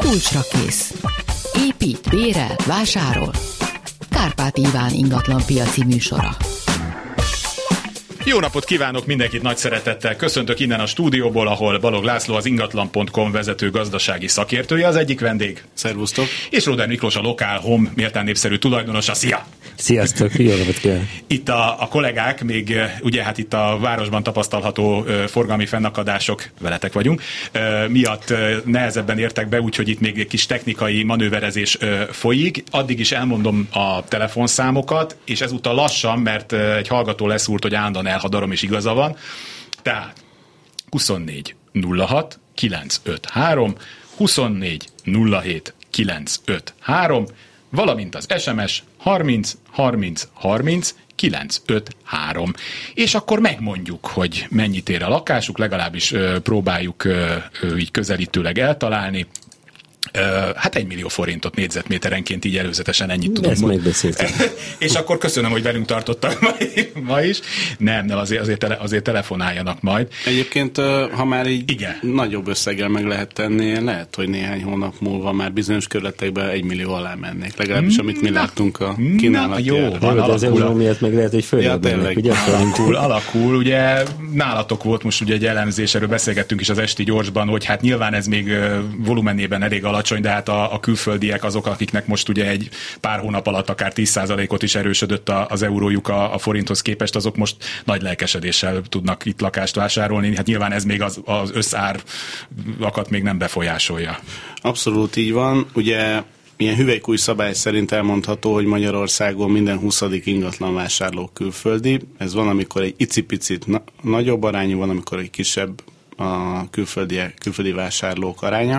Kulcsra kész. Épít, bérel, vásárol. Kárpát Iván ingatlan piaci műsora. Jó napot kívánok, mindenkit nagy szeretettel köszöntök innen a stúdióból, ahol Balog László, az ingatlan.com vezető gazdasági szakértője, az egyik vendég. Szervusztok. És Róder Miklós, a Lokál Home méltán népszerű tulajdonosa. Szia! Sziasztok, jó napot kívánok! Itt a kollégák még, ugye hát itt a városban tapasztalható forgalmi fennakadások, veletek vagyunk, miatt nehezebben értek be, úgyhogy itt még egy kis technikai manőverezés folyik. Addig is elmondom a telefonszámokat, és ezúttal lassan, mert egy hallgató leszúrt, hogy állandóan elhadarom, és igaza van. Tehát 24 06 953, 24 07 953, valamint az SMS 30 30 30 953. És akkor megmondjuk, hogy mennyit ér a lakásuk, legalábbis próbáljuk így közelítőleg eltalálni. Hát 1 millió forintot négyzetméterenként, így előzetesen ennyit tudunk. Ezt megbeszéltem. És akkor köszönöm, hogy velünk tartottak ma is. Nem, azért telefonáljanak majd. Egyébként, ha már így igen, nagyobb összeggel meg lehet tenni, lehet, hogy néhány hónap múlva már bizonyos körletekben 1 millió alá mennék. Legalábbis, amit mi láttunk a kínálatjára. Jó, az euró miatt meg lehet, hogy följebb mennek, ugye? Alakul, ugye nálatok volt most ugye egy elemzés, erről beszélgettünk is az esti gyorsban, hogy hát nyilván ez még volumenében elég alacsony, de hát a külföldiek azok, akiknek most ugye egy pár hónap alatt akár 10%-ot is erősödött az eurójuk a forinthoz képest, azok most nagy lelkesedéssel tudnak itt lakást vásárolni. Hát nyilván ez még az összárakat még nem befolyásolja. Abszolút így van. Ugye ilyen hüvelykúj szabály szerint elmondható, hogy Magyarországon minden 20. ingatlanvásárló külföldi. Ez van, amikor egy icipicit nagyobb arányú, van, amikor egy kisebb a külföldi vásárlók aránya.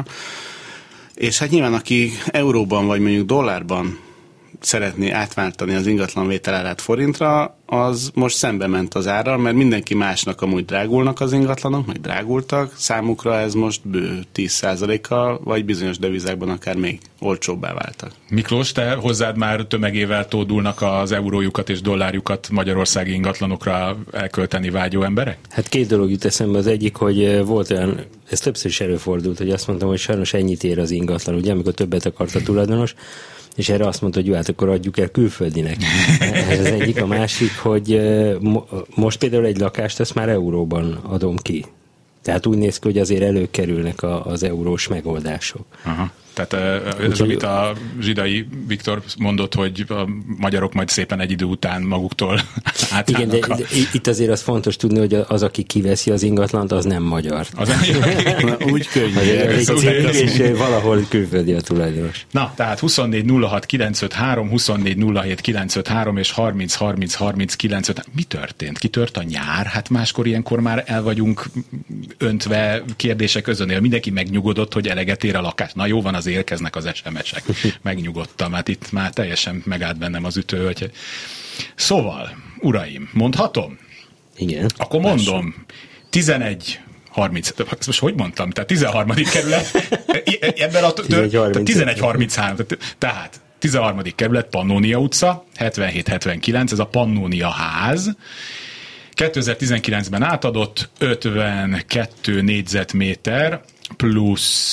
És hát nyilván, aki euróban vagy mondjuk dollárban szeretné átváltani az ingatlan vételárát forintra, az most szembe ment az árral, mert mindenki másnak amúgy drágulnak az ingatlanok, meg drágultak, számukra ez most bő 10%-kal, vagy bizonyos devizákban akár még olcsóbbá váltak. Miklós, te hozzád már tömegével tódulnak az eurójukat és dollárjukat magyarországi ingatlanokra elkölteni vágyó emberek? Hát két dolog jut eszembe. Az egyik, hogy volt olyan, ez többször is előfordult, hogy azt mondtam, hogy sajnos ennyit ér az ingatlan, ugye, amikor többet akart a tulajdonos, és erre azt mondta, hogy jó, hát akkor adjuk el külföldinek. Ez az egyik. A másik, hogy most például egy lakást, ezt már euróban adom ki. Tehát úgy néz ki, hogy azért előkerülnek az eurós megoldások. Aha. Tehát ez, amit a Zsidai Viktor mondott, hogy a magyarok majd szépen egy idő után maguktól átállnak. Igen, de itt azért az fontos tudni, hogy az, aki kiveszi az ingatlant, az nem magyar. Úgy könnyű. És valahol külföldi a tulajdonos. Na, tehát 24 06 953, 24 07 953 és 30 30 30 953. Mi történt? Kitört a nyár? Hát máskor ilyenkor már el vagyunk öntve kérdések közönél. Mindenki megnyugodott, hogy eleget ér a lakás. Na jó van, az érkeznek az SMS-ek. Megnyugodtam, hát itt már teljesen megállt bennem az ütő, hogy... Szóval, uraim, mondhatom? Igen. Akkor mondom, 11:30, most hogy mondtam? Tehát 13. kerület, ebben a 11:33, tehát 13. kerület, Pannónia utca, 77-79, ez a Pannónia ház, 2019-ben átadott, 52 négyzetméter, plusz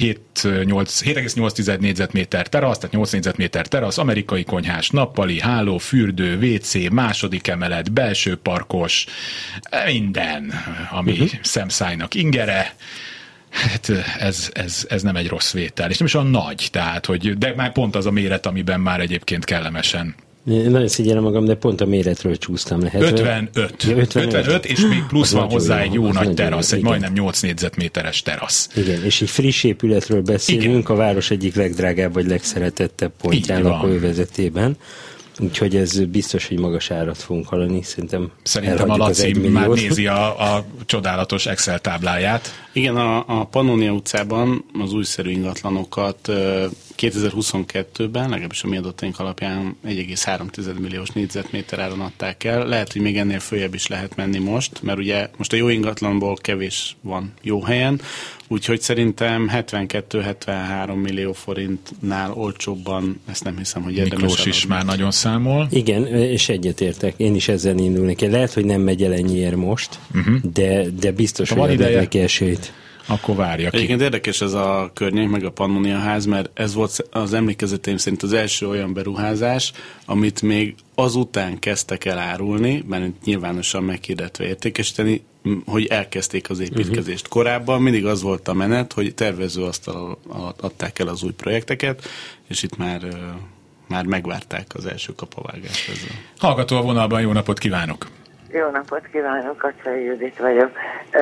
7,8 négyzetméter terasz, tehát 8 négyzetméter terasz, amerikai konyhás, nappali, háló, fürdő, WC, második emelet, belső parkos, minden, ami szemszájnak ingere. Hát ez nem egy rossz vétel, és nem is olyan nagy, tehát, hogy, de már pont az a méret, amiben már egyébként kellemesen. Én nagyon szégyellem magam, de pont a méretről csúsztam le. 55, és még plusz van hozzá egy jó nagy terasz, egy majdnem 8 négyzetméteres terasz. Igen, és egy friss épületről beszélünk, igen. A város egyik legdrágább vagy legszeretettebb pontján lakóövezetében. Úgyhogy ez biztos, hogy magas árat fogunk hallani. Szerintem a Laci már nézi a csodálatos Excel tábláját. Igen, a Pannónia utcában az újszerű ingatlanokat 2022-ben, legalábbis a mi adataink alapján 1,3 milliós négyzetméter áron adták el. Lehet, hogy még ennél följebb is lehet menni most, mert ugye most a jó ingatlanból kevés van jó helyen, úgyhogy szerintem 72-73 millió forintnál olcsóbban, ezt nem hiszem, hogy érdemes Miklós is már nagyon számol. Igen, és egyetértek. Én is ezzel indulnék. Lehet, hogy nem megy el ennyiért most, de biztos, hogy adnak neki esélyt. akkor várja ki. Egyébként érdekes ez a környék, meg a Pannonia ház, mert ez volt az emlékezeteim szerint az első olyan beruházás, amit még azután kezdtek el árulni, mert nyilvánosan meghirdetve értékesíteni, hogy elkezdték az építkezést. Korábban mindig az volt a menet, hogy tervezőasztal alatt adták el az új projekteket, és itt már megvárták az első kapavágást ezzel. Hallgató a vonalban, jó napot kívánok! Jó napot kívánok, Kacsai Judit vagyok.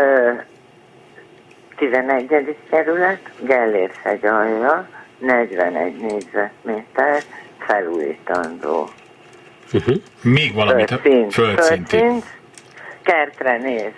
11. kerület, Gellérthegy alja, 41 négyzetméter, felújítandó. Még valamit? Földszinti. Kertre néz.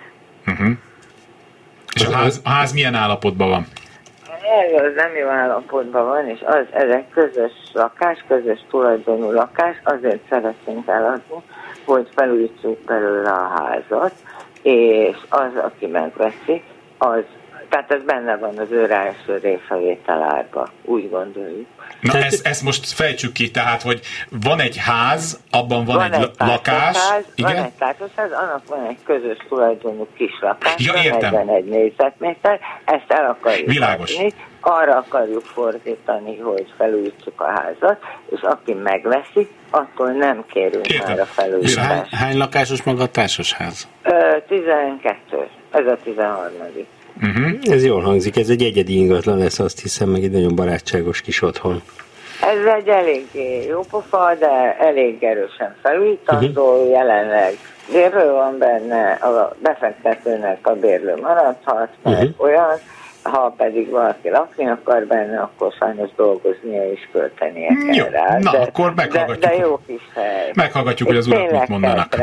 És a ház milyen állapotban van? Az nem jó állapotban van, és ezek közös lakás, közös tulajdonú lakás, azért szeretnénk eladni, hogy felújítsuk belőle a házat, és az, aki megveszi, tehát ez benne van az ő első részfelvétel árba, úgy gondoljuk. Na ezt most fejtsük ki, tehát, hogy van egy ház, abban van egy lakás. Igen? Van egy társasház, annak van egy közös tulajdonú kis lakás, ja, 41 négyzetméter, ezt el akarjuk adni, arra akarjuk fordítani, hogy felújítsuk a házat, és aki megveszi, attól nem kérünk már a felújítást. Hány lakásos maga a társasház? 12, ez a 13. Ez jól hangzik, ez egy egyedi ingatlan lesz, azt hiszem, meg egy nagyon barátságos kis otthon. Ez egy elég jó pofa, de elég erősen felújítandó, jelenleg bérlő van benne, a befektetőnek a bérlő maradhat, meg olyan, ha pedig valaki lakni akar benne, akkor sajnos dolgoznia és költenie kell jó, rá. Na, akkor meghallgatjuk. De jó kis hely. Meghallgatjuk, hogy az urak mit mondanak.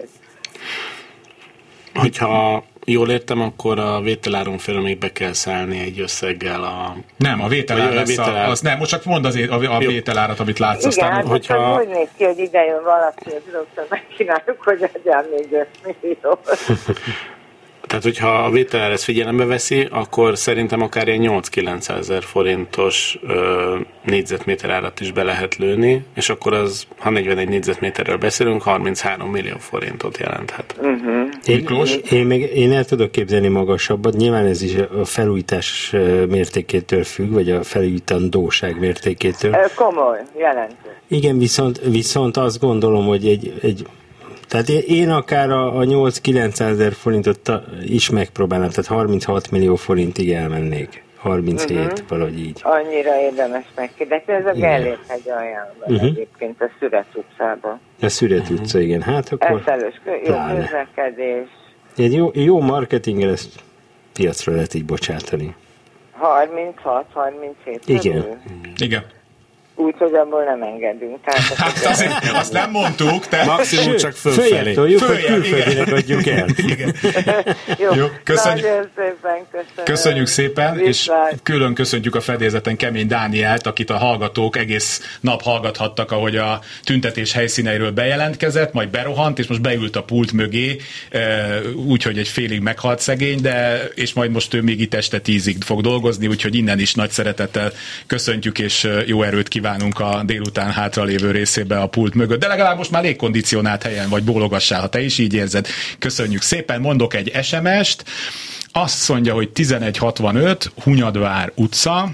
Hogyha jól értem, akkor a vételáron felül még be kell szállni egy összeggel Nem, a vételár lesz nem, most csak mondd azért a vételárat, amit látsz. Igen, aztán, hát hogyha... úgy néz ki, hogy ide jön valaki, és rögtön megcsináljuk, hogy adjál még 5 millió. Tehát, hogyha a vételár ezt figyelembe veszi, akkor szerintem akár ilyen 8-900 ezer forintos négyzetméter árat is be lehet lőni, és akkor az, ha 41 négyzetméterről beszélünk, 33 millió forintot jelenthet. Én el tudok képzelni magasabbat, nyilván ez is a felújítás mértékétől függ, vagy a felújítandóság mértékétől. Komoly, jelentő. Igen, viszont azt gondolom, hogy tehát én akár a 8-900 ezer forintot is megpróbálnám, tehát 36 millió forintig elmennék. 37, valahogy így. Annyira érdemes megkérdezni, ez a Gellérthegy alján egyébként a Szüret utcában. A Szüret utca, igen. Hát akkor Eszelős, jó közlekedés. Egy jó marketinggel ezt piacra lehet így bocsátani. 36-37 Igen. Igen. Úgyhogy abból nem engedünk. Hát azért, azt nem mondtuk, te... Maximum csak fölfelé. Följebb, hogy külföldinek adjuk el. Igen. Jó, köszönjük. Nagyon szépen köszönöm. Köszönjük szépen, és külön köszöntjük a fedélzeten Kemény Dánielt, akit a hallgatók egész nap hallgathattak, ahogy a tüntetés helyszíneiről bejelentkezett, majd berohant, és most beült a pult mögé, úgyhogy egy félig meghalt szegény, és majd most ő még itt este 10-ig fog dolgozni, úgyhogy innen is nagy szeretettel köszöntjük, és jó erőt kívánunk a délután hátralévő részébe a pult mögött, de legalább most már légkondicionált helyen vagy, bólogassál, ha te is így érzed. Köszönjük szépen, mondok egy SMS-t, azt mondja, hogy 1165 Hunyadvár utca,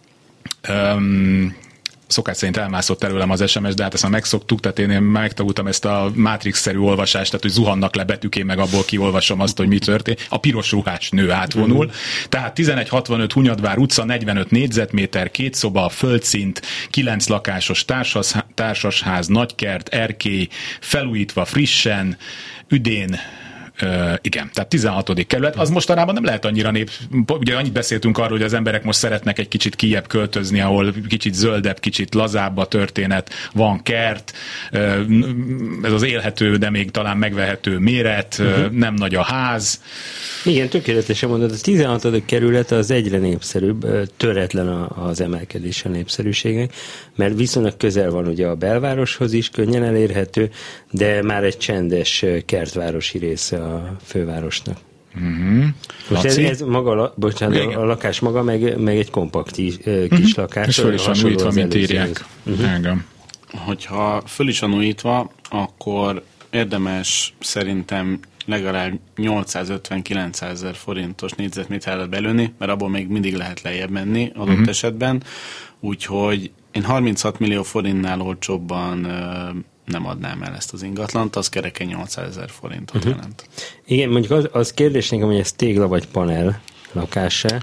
szokás szerint elmászott előlem az SMS, de hát ezt már megszoktuk, tehát én megtanultam ezt a Matrix-szerű olvasást, tehát hogy zuhannak le betűk, én meg abból kiolvasom azt, hogy mi történt. A piros ruhás nő átvonul. Tehát 1165 Hunyadvár utca, 45 négyzetméter, 2 szoba, földszint, 9 lakásos társasház, nagykert, erkély, felújítva frissen, üdén, igen, tehát 16. kerület, az mostanában nem lehet annyira ugye annyit beszéltünk arról, hogy az emberek most szeretnek egy kicsit kijebb költözni, ahol kicsit zöldebb, kicsit lazább a történet, van kert, ez az élhető, de még talán megvehető méret, nem nagy a ház. Igen, tökéletesen mondod, a 16. kerület az egyre népszerűbb, töretlen az emelkedés a népszerűségnek, mert viszonylag közel van ugye a belvároshoz is, könnyen elérhető, de már egy csendes kertvárosi része a fővárosnak. Most ez maga, bocsánat, a lakás maga, meg egy kompakt kis lakás. És föl is van újítva, mint írják. Hogyha föl is van újítva, akkor érdemes szerintem legalább 850-900 ezer forintos négyzetméterre belőni, mert abból még mindig lehet lejjebb menni adott esetben. Úgyhogy én 36 millió forintnál olcsóbban nem adnám el ezt az ingatlant, az kereken 800 ezer forintot jelent. Igen, mondjuk az kérdés nekem, hogy ez tégla vagy panel lakása.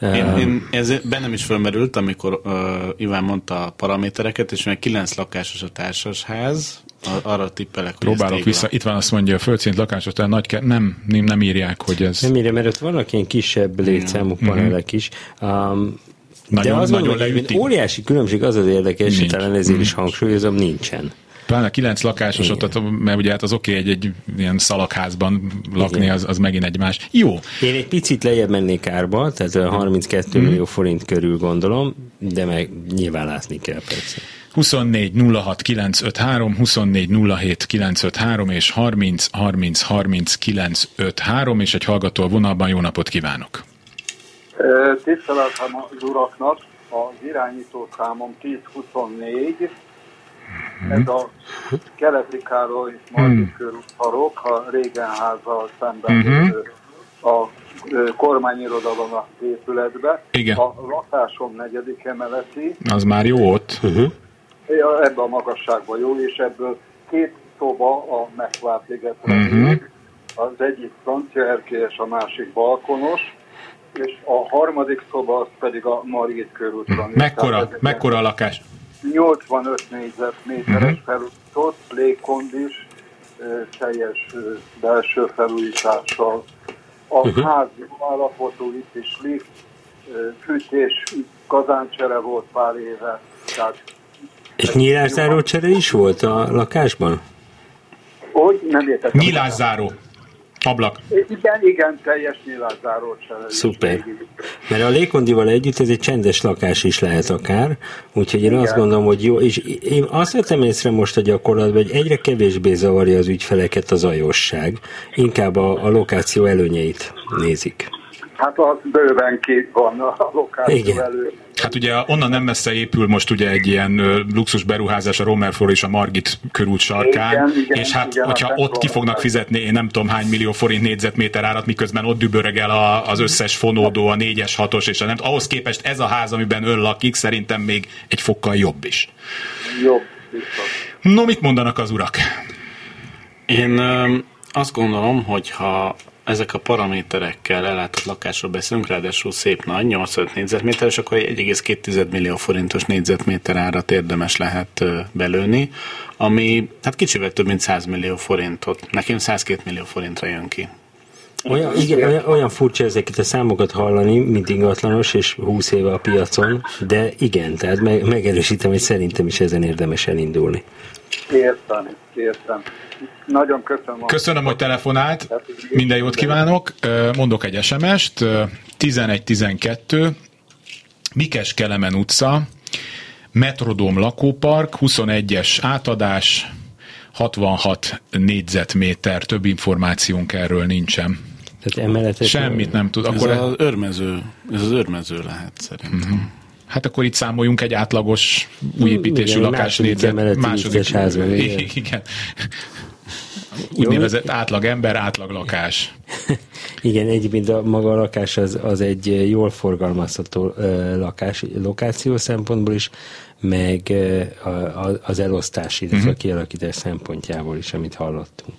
Ez bennem is fölmerült, amikor Iván mondta a paramétereket, és meg 9 lakásos a társasház, arra tippelek, hogy próbálok vissza, itt van, azt mondja, a földszint lakásos, tehát nem írják, hogy ez... Nem írja, mert ott vannak ilyen kisebb létszámú panelek is. De az nagyon leütik. Óriási különbség, az érdekes, hogy talán ezért is hangsúlyozom, nincsen. Pláne 9 lakásos, mert ugye hát az egy ilyen szalagházban lakni, az megint egy más. Jó. Én egy picit lejjebb mennék árba, tehát 32 millió forint körül gondolom, de meg nyilván látni kell persze. 24 06 953, 24 07 953 és 30 30 30 953, és egy hallgató a vonalban. Jó napot kívánok! Tiszteletem az uraknak, az irányító számom 1024, ez a Keleti Károly Margit körút sarok, a Régenházzal szemben a kormányirodalom épületbe. Igen. A lakásom 4. emeleti. Az már jó ott. Ebben a magasságban jó, és ebből 2 szoba a Megvárt ligetre. Az egyik francia erkélyes, a másik balkonos, és a harmadik szoba az pedig a Margit körúton. Mekkora a lakás? 85 négyzetméteres felújított, légkondis, teljes belső felújítással. A ház állapotú, itt is lift, fűtés, kazáncsere volt pár éve. Tehát és nyílászáró csere is volt a lakásban? Hogy? Nem értettem. Nyílászáró. Ablak. Igen, teljes nyílászáró csere. Szuper. Mert a légkondival együtt ez egy csendes lakás is lehet akár, úgyhogy én azt gondolom, hogy jó, és én azt vettem észre most a gyakorlatban, hogy egyre kevésbé zavarja az ügyfeleket a zajosság, inkább a lokáció előnyeit nézik. Hát az bőven ki van a lokáció elő. Hát ugye onnan nem messze épül most ugye egy ilyen luxus beruházás a Romerflor és a Margit körút sarkán, és hát hogyha ott ki fognak fizetni én nem tudom hány millió forint négyzetméter árat, miközben ott dübörög el az összes fonódó, a 4-es, 6-os, és ahhoz képest ez a ház, amiben ön lakik, szerintem még egy fokkal jobb is. Jobb, biztos. No, mit mondanak az urak? Én azt gondolom, hogy ha ezek a paraméterekkel ellátott lakásról beszélünk, ráadásul szép nagy, 85 négyzetméteres, akkor egy 1,2 millió forintos négyzetméter árat érdemes lehet belőni, ami hát kicsivel több mint 100 millió forintot. Nekem 102 millió forintra jön ki. Olyan furcsa ezeket a számokat hallani, mint ingatlanos, és 20 éve a piacon, de igen, tehát megerősítem, hogy szerintem is ezen érdemes elindulni. Értem. Nagyon köszönöm. Köszönöm, hogy telefonált. Minden jót kívánok. Mondok egy SMS-t. 1112 Mikes Kelemen utca, Metrodóm lakópark, 21-es átadás, 66 négyzetméter. Több információnk erről nincsen. Tehát emeletet semmit nem tud. Ez az őrmező lehet szerintem. Hát akkor itt számoljunk egy átlagos újépítésű lakás négyzet. Második házban. Igen. Úgynevezett átlag ember, átlag lakás. Igen, egyébként maga a lakás az egy jól forgalmazható lokáció szempontból is, meg az elosztás, illetve a kialakítás szempontjából is, amit hallottunk.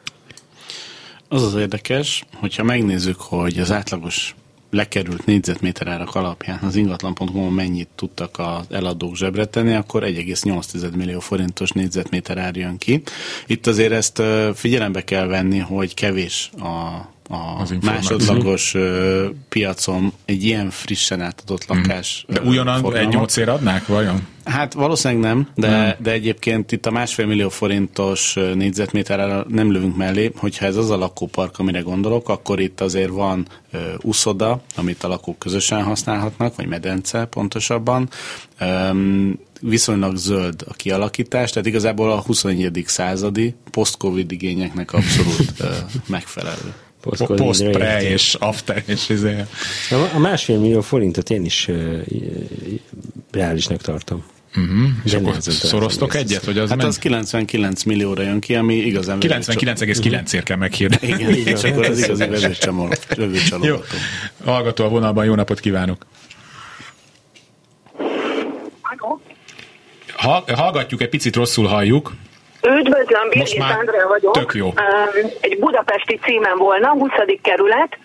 Az érdekes, hogyha megnézzük, hogy az átlagos lekerült négyzetméter árak alapján az ingatlan.com-on mennyit tudtak az eladók zsebre tenni, akkor 1,8 millió forintos négyzetméter ár jön ki. Itt azért ezt figyelembe kell venni, hogy kevés a másodlagos piacon egy ilyen frissen átadott lakás. De ugyanaz egy 8-ért adnák, vajon? Hát valószínűleg nem, de egyébként itt a 1,5 millió forintos négyzetméterrel nem lövünk mellé, hogyha ez az a lakópark, amire gondolok, akkor itt azért van uszoda, amit a lakók közösen használhatnak, vagy medence pontosabban. Viszonylag zöld a kialakítás, tehát igazából a 21. századi post-covid igényeknek abszolút megfelelő. Post-pre és after és ezért. A 1,5 millió forintot én is reálisnak tartom. És akkor szoroztok egyet, hogy az hát az 99 millióra jön ki, ami igazán 99,9-ért kell meghirdeni. Igen, és akkor az igazi vevőcsalódó. Jó, hallgató a vonalban, jó napot kívánok! Hallgatjuk, egy picit rosszul halljuk. Üdvözlöm, Birgit Andrea vagyok. Tök jó. Egy budapesti címen volna, 20. kerület,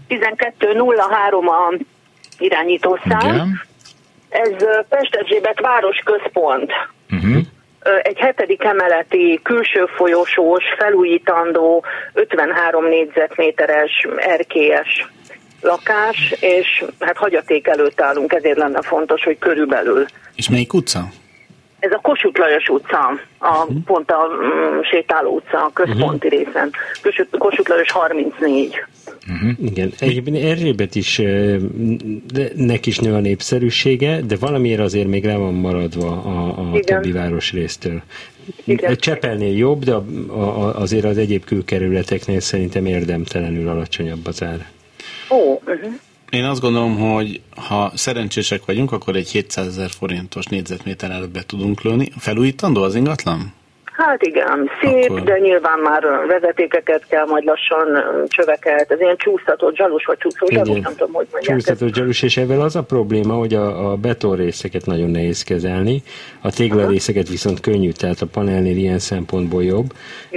1203 a irányítószám. Igen. Ez Pest-Erzsébet városközpont. Egy 7. emeleti külső folyosós, felújítandó, 53 négyzetméteres, erkélyes lakás, és hát hagyaték előtt állunk, ezért lenne fontos, hogy körülbelül. És melyik utca? Ez a Kossuth Lajos utca, pont a sétáló utca, a központi részen. Kossuth Lajos 34. Igen, egyébként Erzsébet is nek is nő a népszerűsége, de valamiért azért még le van maradva a többi városrésztől. Csepelnél jobb, de azért az egyéb külkerületeknél szerintem érdemtelenül alacsonyabb az ár. Én azt gondolom, hogy ha szerencsések vagyunk, akkor egy 700 000 forintos négyzetméter előtt be tudunk lőni. Felújítandó az ingatlan? Hát igen, szép, akkor... de nyilván már vezetékeket kell, majd lassan csöveket, ez ilyen csúsztatott zsalus, vagy csúszó zsalus, nem tudom, hogy mondják. Csúsztatott zsalus, és ebben az a probléma, hogy a betonrészeket nagyon nehéz kezelni, a téglarészeket viszont könnyű, tehát a panelnél ilyen szempontból jobb.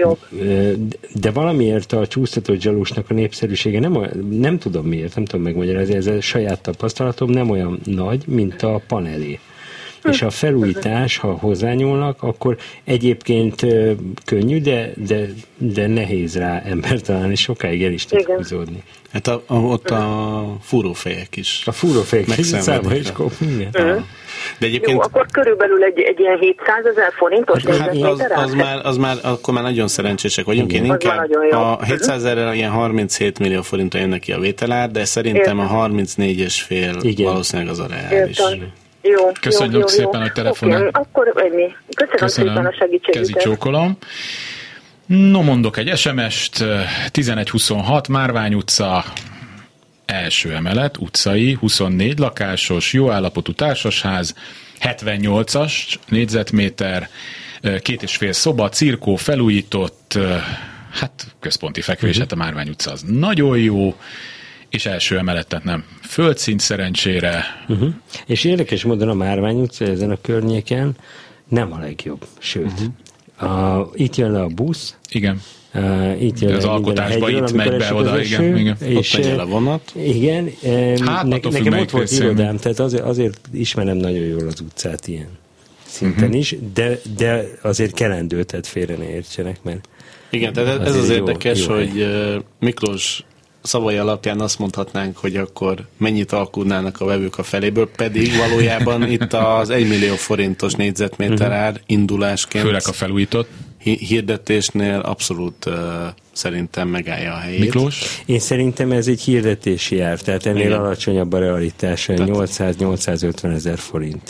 De valamiért a csúsztatott zsalusnak a népszerűsége nem tudom miért, nem tudom megmagyarázni, ez a saját tapasztalatom nem olyan nagy, mint a panelé. És a felújítás, ha hozzányúlnak, akkor egyébként könnyű, de nehéz rá ember találni, sokáig el is tud húzódni. Hát ott a fúrófejek is. A fúrófejek is száma is kopni. De egyébként... Jó, akkor körülbelül egy ilyen 700 000 forintos az már akkor már nagyon szerencsések vagyunk. Én inkább a 700 000-rel ilyen 37 millió forintra jön neki a vételár, de szerintem a 34,5 valószínűleg az a reális. Jó, köszönjük szépen, hogy telefonál. Akkor ennyi. Köszönöm szépen a segítségüket. Kezi csókolom. No, mondok egy SMS-t. 1126 Márvány utca, első emelet, utcai, 24 lakásos, jó állapotú társasház, 78-as négyzetméter, 2,5 szoba, cirkó, felújított, hát központi fekvés, hát a Márvány utca az nagyon jó, és első emeletet nem. Földszint szerencsére. És érdekes módon a Márvány utca ezen a környéken nem a legjobb. Sőt, itt jön le a busz. Igen. Itt jön az alkotásba itt megy be oda, igen. És ott megy el a vonat. Igen. Hát, nekem ott volt irodám, tehát azért ismerem nagyon jól az utcát ilyen szinten is, de azért kelendő, tehát félre ne értsenek, mert igen, tehát ez az érdekes, jó hogy Miklós szavai alapján azt mondhatnánk, hogy akkor mennyit alkudnának a vevők a feléből, pedig valójában itt az 1 millió forintos négyzetméter ár indulásként. Főleg a felújított. Hirdetésnél abszolút szerintem megállja a helyét. Miklós? Én szerintem ez egy hirdetési ár, tehát ennél alacsonyabb a realitása, 800-850 000 forint.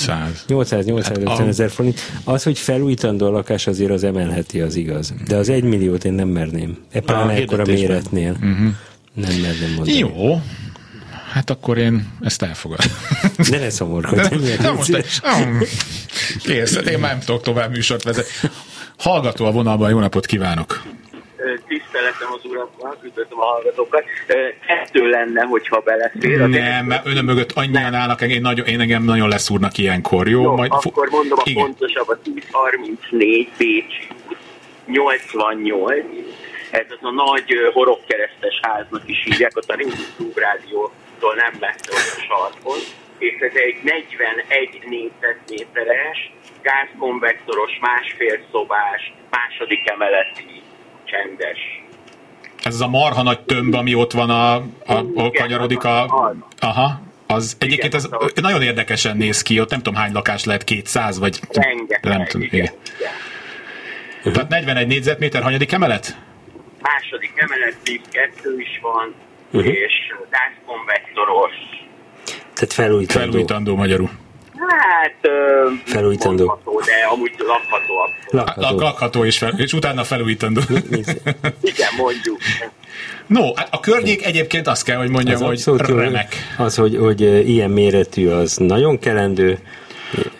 800-850 000 forint. Az, hogy felújítandó a lakás azért az emelheti, az igaz. De az 1 milliót én nem merném. Pláne ekkora méretnél. Nem merném mondani. Jó. Hát akkor én ezt elfogadom. De ne szomorkodj. Kész, én már nem tudok tovább műsort vezetni. Hallgató a vonalban, jó napot kívánok! Tiszteletem az uraknak, üdvözlöm a hallgatókat. Ettől lenne, hogyha beleszél. Nem, mert önök mögött annyian állnak, én engem nagyon leszúrnak ilyenkor, jó? Majd akkor mondom a pontosabb, a 1034 Bécsi út, 88. Ez az a nagy horogkeresztes háznak is hívják, ott a Ringus Klubrádiótól nem messze a sarkon. És ez egy 41 négyzetméteres, gázkonvektoros, másfél szobás, második emeleti, csendes. Ez az a marha nagy tömb, ami ott van, ahol kanyarodik Aha, az egyébként ez nagyon érdekesen néz ki, ott nem tudom hány lakás lehet, 200 vagy... Rengeteg, igen. Tehát 41 négyzetméter, hanyadik emelet? Második emelet, 2 is van, és gázkonvektoros. Tehát felújítandó magyarul. Hát, felújítandó. Mondható, de amúgy lakható. Lakható és utána felújítandó. Igen, mondjuk. No, hát a környék egyébként azt kell, hogy mondjam, hogy remek. Az, hogy ilyen méretű, az nagyon kelendő,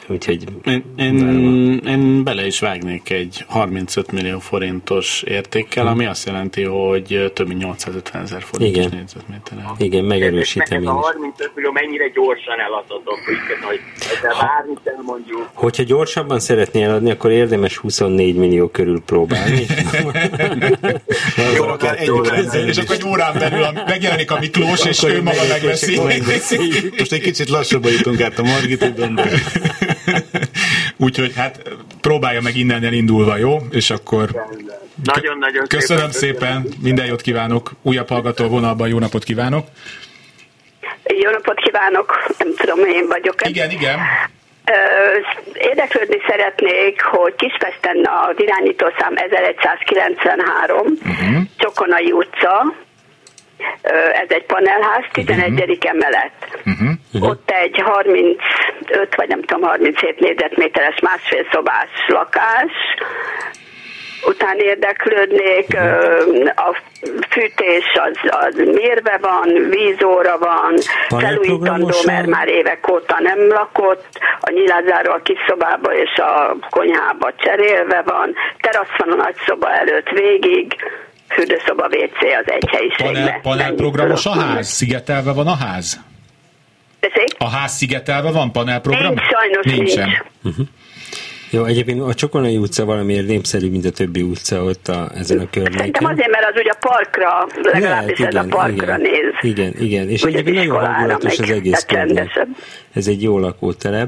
Úgyhogy én bele is vágnék egy 35 millió forintos értékkel, ami azt jelenti, hogy több mint 850 000 forintos négyzetméter. Igen, megerősítem én is. A 35 millió mennyire gyorsan eladhatok, hogy ezzel bármit elmondjuk. Hogyha gyorsabban szeretné eladni, akkor érdemes 24 millió körül próbálni. Jó, akár egy órán. És akkor egy órán belül megjelenik a Miklós, és ő maga megveszi. Most egy kicsit lassabban jutunk át a Margitidon, de... Úgyhogy hát próbálja meg innen elindulva, jó? És akkor nagyon köszönöm szépen, minden jót kívánok. Újabb hallgató vonalban, jó napot kívánok. Jó napot kívánok, nem tudom, én vagyok. Igen. Érdeklődni szeretnék, hogy Kispesten az irányítószám 1193, Csokonai utca, ez egy panelház, 11. emelet. Ott egy 35 vagy nem tudom, 37 négyzetméteres másfél szobás lakás. Után érdeklődnék, a fűtés az mérve van, vízóra van, felújítandó, mert már évek óta nem lakott, a nyilázzáró a kis szobába és a konyhába cserélve van, terasz van a nagy szoba előtt végig, fürdőszoba WC az egy helyiségben. Panelprogramos a ház? Szigetelve van a ház? A ház szigetelve van, panelprogram? Nincs, sajnos nincsen. Nincs. Jó, egyébként a Csokonai utca valamiért népszerű, mint a többi utca ott ezen a környéken. Szerintem azért, mert az ugye a parkra, legalábbis ez a parkra néz. Igen. És egyébként nagyon hangulatos az egész környék. Ez egy jó lakótelep.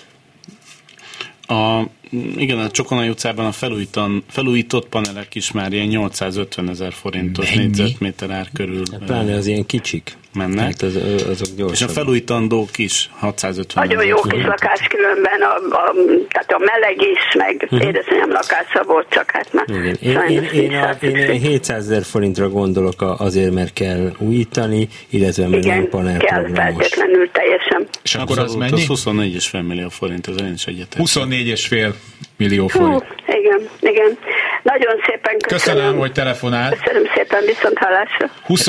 Igen, a Csokonai utcában a felújított panelek is már ilyen 850 000 forintos négyzetméter ár körül. Pláne az ilyen kicsik mennek. Hát azok gyorsabb. És a felújítandók is 650 000. Nagyon jó kis lakás különben, tehát a meleg is, meg édesanyám lakása volt, csak hát már én 700 000 forintra gondolok azért, mert kell újítani, illetve mert nem panelprogramos. Igen, kell feltétlenül teljesen. És akkor az mennyi? 24,5 millió forint, ez én is egyetem. 24,5 millió forint. Igen. Nagyon szépen köszönöm, hogy telefonált. Köszönöm szépen, viszont hallásra.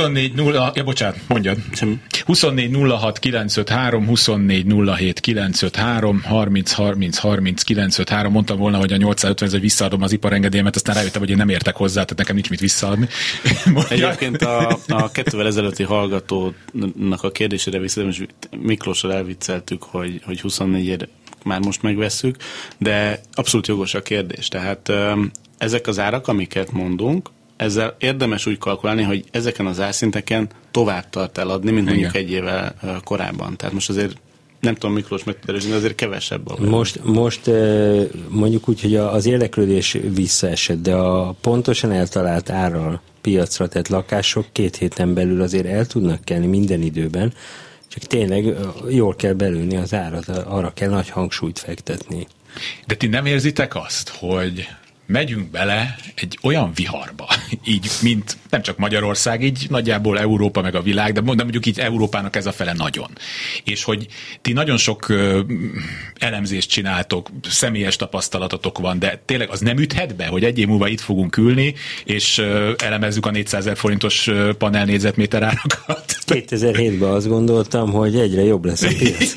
24 06 953, 24 07 953, 30 30 30 953. Mondtam volna, hogy a 850-zel visszaadom az iparengedélyemet, aztán rájöttem, hogy én nem értek hozzá, tehát nekem nincs mit visszaadni. Egyébként a 2 évvel ezelőtti hallgatónak a kérdésére visszaadom, és Miklóssal elvicceltük, hogy 24-ért már most megvesszük, de abszolút jogos a kérdés. Tehát ezek az árak, amiket mondunk, ezzel érdemes úgy kalkulálni, hogy ezeken az árszinteken tovább tart eladni, mint mondjuk egy évvel korábban. Tehát most azért nem tudom, Miklós megterőzni, de azért kevesebb. Most mondjuk úgy, hogy az érdeklődés visszaesett, de a pontosan eltalált árral piacra tett lakások 2 héten belül azért el tudnak kelni minden időben, csak tényleg jól kell belülni az árat, arra kell nagy hangsúlyt fektetni. De ti nem érzitek azt, hogy megyünk bele egy olyan viharba, így, mint nem csak Magyarország, így nagyjából Európa meg a világ, de mondjuk így Európának ez a fele nagyon. És hogy ti nagyon sok elemzést csináltok, személyes tapasztalatotok van, de tényleg az nem üthet be, hogy egy év múlva itt fogunk ülni, és elemezzük a 400 000 forintos panel négyzetméter árakat. 2007-ben azt gondoltam, hogy egyre jobb lesz a piac.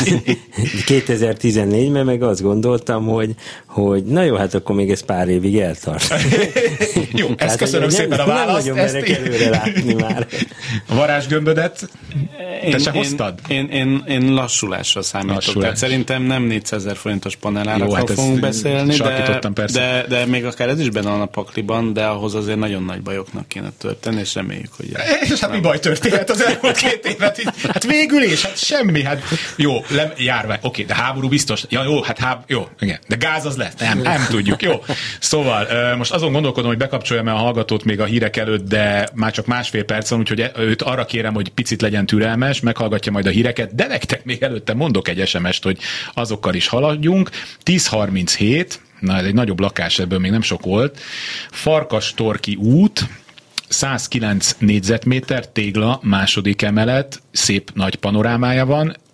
2014-ben meg azt gondoltam, hogy na jó, hát akkor még ez pár évig eltart. Jó, ezt köszönöm szépen a választ. Nem nagyon merek előre látni már. A varázsgömbödet te se hoztad? Én lassulásra számítok. Tehát szerintem nem 400 000 forintos panelárakról fogunk beszélni, de még akár ez is benne van a pakliban, de ahhoz azért nagyon nagy bajoknak kéne történni, és reméljük, hogy... És hát mi baj történhet az elmúlt 2 évet? Hát végül is, hát semmi. Hát jó, járvány, oké, de háború biztos. Ja, jó, hát jó, igen. De gáz az lesz. Nem tudjuk, jó. Szóval most azon gondolkodom, hogy bekapcsoljam el a hallgatót még a hírek előtt, de már csak másfél perc van, úgyhogy őt arra kérem, hogy picit legyen türelmes, meghallgatja majd a híreket, de nektek még előtte mondok egy SMS-t, hogy azokkal is haladjunk. 10:37, na ez egy nagyobb lakás, ebből még nem sok volt. Farkastorki út, 109 négyzetméter, tégla, 2. emelet, szép nagy panorámája van.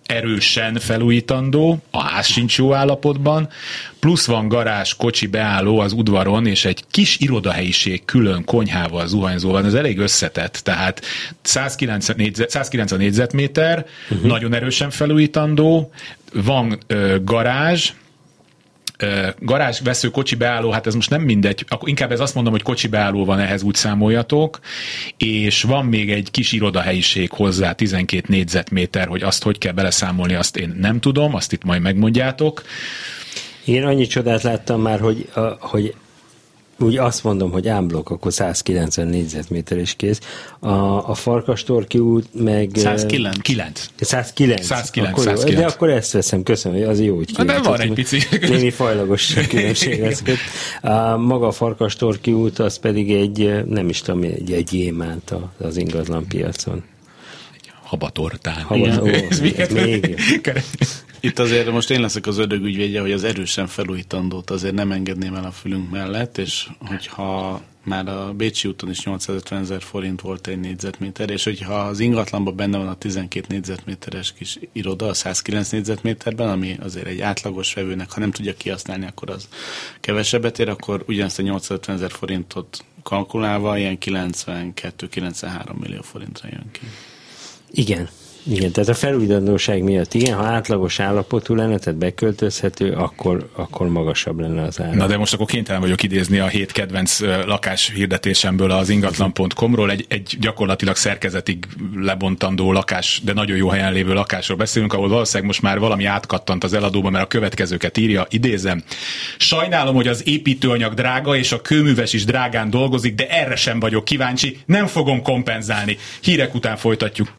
erősen felújítandó, a ház sincs jó állapotban, plusz van garázs, kocsi beálló az udvaron, és egy kis irodahelyiség külön konyhával, zuhanyzóval, ez elég összetett, tehát 190 négyzetméter, nagyon erősen felújítandó, van garázs, vesző, kocsi beálló, hát ez most nem mindegy, akkor inkább ez azt mondom, hogy kocsi beálló van, ehhez úgy számoljatok, és van még egy kis irodahelyiség hozzá, 12 négyzetméter, hogy azt hogy kell beleszámolni, azt én nem tudom, azt itt majd megmondjátok. Én annyi csodát láttam már, hogy úgy azt mondom, hogy ámblok, akkor 190 négyzetméter is kész. A Farkastorki út meg... 109. 109. De akkor ezt veszem, köszönöm, az jó, hogy de van egy pici. Némi fajlagos különbség lesz. Maga a Farkastorki út, az pedig egy, nem is tudom, egy gyémánt az ingatlan piacon. Habatortán. Ez még Itt azért most én leszek az ördög ügyvédje, hogy az erősen felújítandót azért nem engedném el a fülünk mellett, és hogyha már a Bécsi úton is 850 000 forint volt egy négyzetméter, és hogyha az ingatlanban benne van a 12 négyzetméteres kis iroda a 109 négyzetméterben, ami azért egy átlagos vevőnek, ha nem tudja kihasználni, akkor az kevesebbet ér, akkor ugyanezt a 850 000 forintot kalkulálva ilyen 92-93 millió forintra jön ki. Igen, tehát a felújítandóság miatt igen, ha átlagos állapotú lenne, tehát beköltözhető, akkor magasabb lenne az ár. Na de most akkor kénytelen vagyok idézni a 7 kedvenc lakás hirdetésemből az ingatlan.com-ról, egy gyakorlatilag szerkezetig lebontandó lakás, de nagyon jó helyen lévő lakásról beszélünk, ahol valószínűleg most már valami átkattant az eladóba, mert a következőket írja, idézem. Sajnálom, hogy az építőanyag drága, és a kőműves is drágán dolgozik, de erre sem vagyok kíváncsi, nem fogom kompenzálni. Hírek után folytatjuk.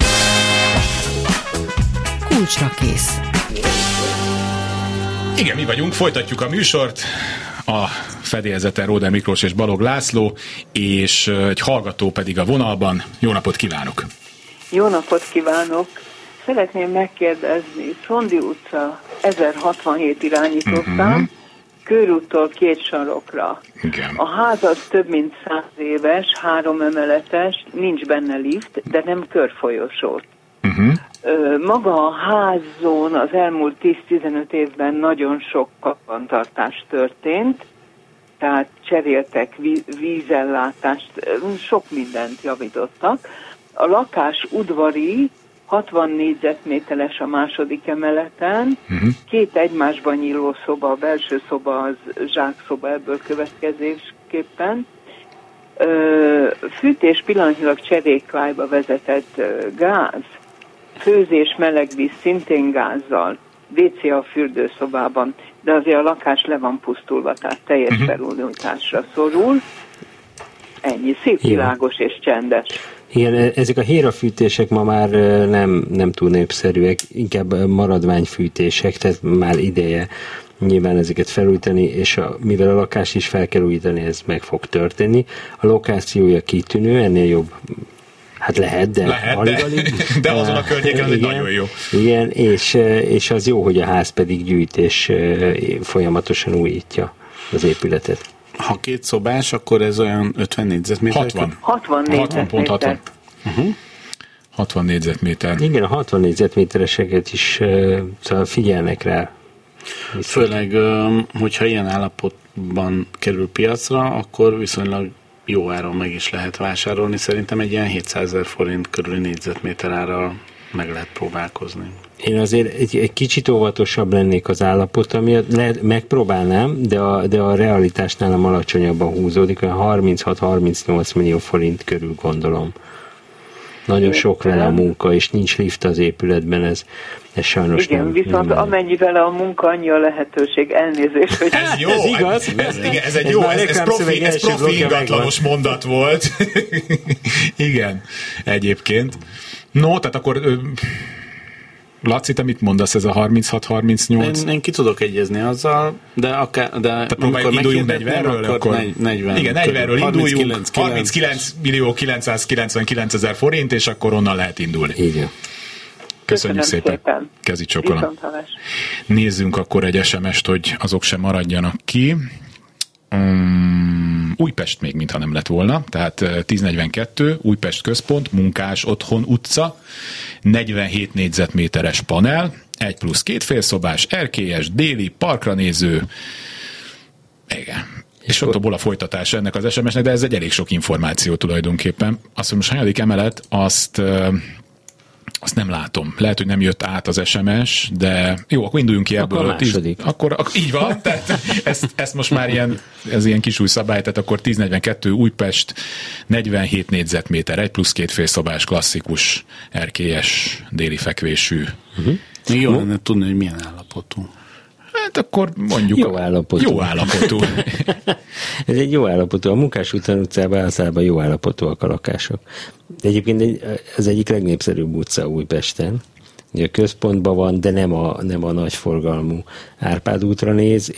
Kulcsra kész. Igen, mi vagyunk, folytatjuk a műsort. A fedélzeten Róder Miklós és Balog László, és egy hallgató pedig a vonalban. Jó napot kívánok! Jó napot kívánok! Szeretném megkérdezni, Szondi utca 1067 irányítószám, Körúttól 2 sarokra. Igen. A ház az több mint 100 éves, 3 emeletes, nincs benne lift, de nem körfolyosó. Maga a házon az elmúlt 10-15 évben nagyon sok karbantartás történt, tehát cseréltek vízellátást, sok mindent javítottak. A lakás udvari, 60 négyzetméteres a második emeleten, 2 egymásban nyíló szoba, a belső szoba az zsákszoba ebből következésképpen. Fűtés pillanatnyilag cseréklájba vezetett gáz, főzés, melegvíz szintén gázzal, WC a fürdőszobában, de azért a lakás le van pusztulva, tehát teljes felújításra szorul. Ennyi, szép, világos és csendes. Igen, ezek a hérafűtések ma már nem túl népszerűek, inkább maradványfűtések, tehát már ideje nyilván ezeket felújítani, és mivel a lakást is fel kell újítani, ez meg fog történni. A lokációja kitűnő, ennél jobb. Hát lehet, de azon a környéken ez nagyon jó. Igen, és az jó, hogy a ház pedig gyűjt, és folyamatosan újítja az épületet. Ha 2 szobás, akkor ez olyan 50 négyzetméter? 60 négyzetméter. 60 négyzetméter. Igen, a 60 négyzetmétereseket is figyelnek rá. Főleg, hogyha ilyen állapotban kerül piacra, akkor viszonylag jó áron meg is lehet vásárolni. Szerintem egy ilyen 700 000 forint körüli négyzetméter árral meg lehet próbálkozni. Én azért egy kicsit óvatosabb lennék az állapota miatt, megpróbálnám, de a realitás nálam alacsonyabban húzódik, olyan 36-38 millió forint körül gondolom. Nagyon sok vele a munka, és nincs lift az épületben, ez sajnos igen, nem. Viszont nem amennyivel a munka, annyi a lehetőség, elnézést, hogy... Ez jó, ez igaz. Ez egy jó, ez profi ingatlanos mondat volt. Igen, egyébként. No, tehát akkor... Laci, te mit mondasz, ez a 36-38? Én ki tudok egyezni azzal, de akár... Tehát próbáljuk, induljunk 40-ről? Akkor 40. Igen, 40-ről induljunk, 39 millió 999 000 forint, és akkor onnan lehet indulni. Igen. Köszönjük szépen. Kezi csokolom. Nézzünk akkor egy SMS-t, hogy azok sem maradjanak ki. Újpest még mintha nem lett volna, tehát 1042, Újpest központ, Munkás Otthon utca, 47 négyzetméteres panel, 1+2 félszobás, erkélyes, déli, parkra néző, igen. És ott a folytatása ennek az SMS-nek, de ez egy elég sok információ tulajdonképpen. Azt, hogy most hanyadik emelet, azt nem látom. Lehet, hogy nem jött át az SMS, de jó, akkor induljunk ki ebből. Akkor második. Akkor így van, tehát ezt most már ilyen kis új szabály, tehát akkor 1042 Újpest, 47 négyzetméter, 1+2 félszobás, klasszikus, erkélyes, déli fekvésű. Még jó lenne tudni, hogy milyen állapotú. Hát akkor mondjuk... Jó állapotú. Ez egy jó állapotú. A Munkás utcában általában jó állapotúak a lakások. De egyébként ez egyik legnépszerűbb utca Újpesten. Ugye a központban van, de nem a nagy forgalmú Árpád útra néz,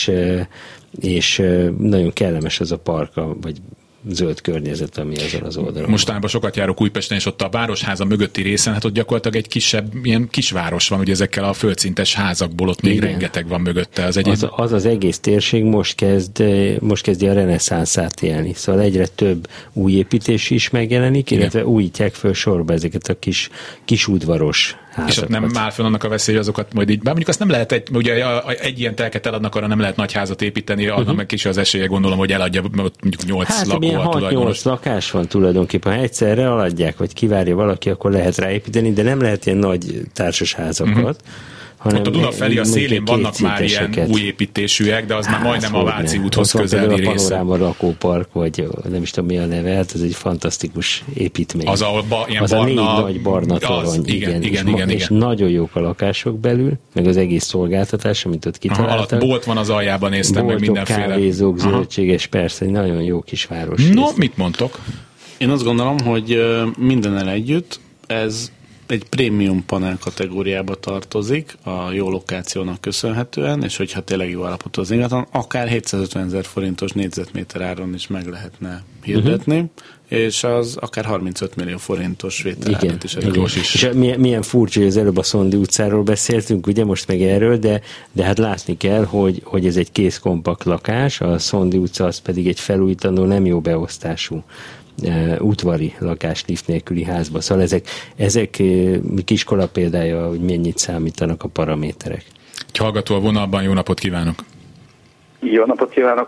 és nagyon kellemes az a parka, vagy zöld környezet, ami ezen az oldalon. Mostanában sokat járok Újpesten, és ott a Városháza mögötti részen, hát ott gyakorlatilag egy kisebb, ilyen kisváros van, ugye ezekkel a földszintes házakból, ott még rengeteg van mögötte. Az egész térség most kezdi a reneszánszát élni. Szóval egyre több új építés is megjelenik, illetve újítják föl sorba ezeket a kis udvaros házakat. És ott nem áll fel annak a veszély, azokat majd így, bár mondjuk azt nem lehet ugye egy ilyen telket eladnak, arra nem lehet nagy házat építeni, annak meg kis az esélye, gondolom, hogy eladja mondjuk 8 lakó a tulajdonos. 6-8 lakás van tulajdonképpen. Ha egyszerre eladják, vagy kivárja valaki, akkor lehet ráépíteni, de nem lehet ilyen nagy társasházakat. Ott a Duna felé a szélén vannak már ilyen új építésűek, de az már majdnem a Váci úthoz közeli része. A Panoráma lakópark, vagy nem is tudom mi a neve, ez egy fantasztikus építmény. Az a 4 nagy barna torony. Igen. És nagyon jók a lakások belül, meg az egész szolgáltatás, amit ott kitaláltak. Alatt bolt van az aljában, néztem meg mindenféle. Boltok, kávézók, zöldséges, persze, egy nagyon jó kis város. No, mit mondtok? Én azt gondolom, hogy mindennel együtt ez egy prémium panel kategóriába tartozik a jó lokációnak köszönhetően, és hogyha tényleg jó állapotú az ingatlan, akár 750 000 forintos négyzetméter áron is meg lehetne hirdetni, és az akár 35 millió forintos vételárat is elég. És milyen furcsa, hogy az előbb a Szondi utcáról beszéltünk, ugye most meg erről, de hát látni kell, hogy ez egy kész kompakt lakás, a Szondi utca az pedig egy felújítandó, nem jó beosztású udvari lakás lift nélküli házba. Szóval ezek kiskola példája, hogy mennyit számítanak a paraméterek. Egy hallgató a vonalban, jó napot kívánok! Jó napot kívánok!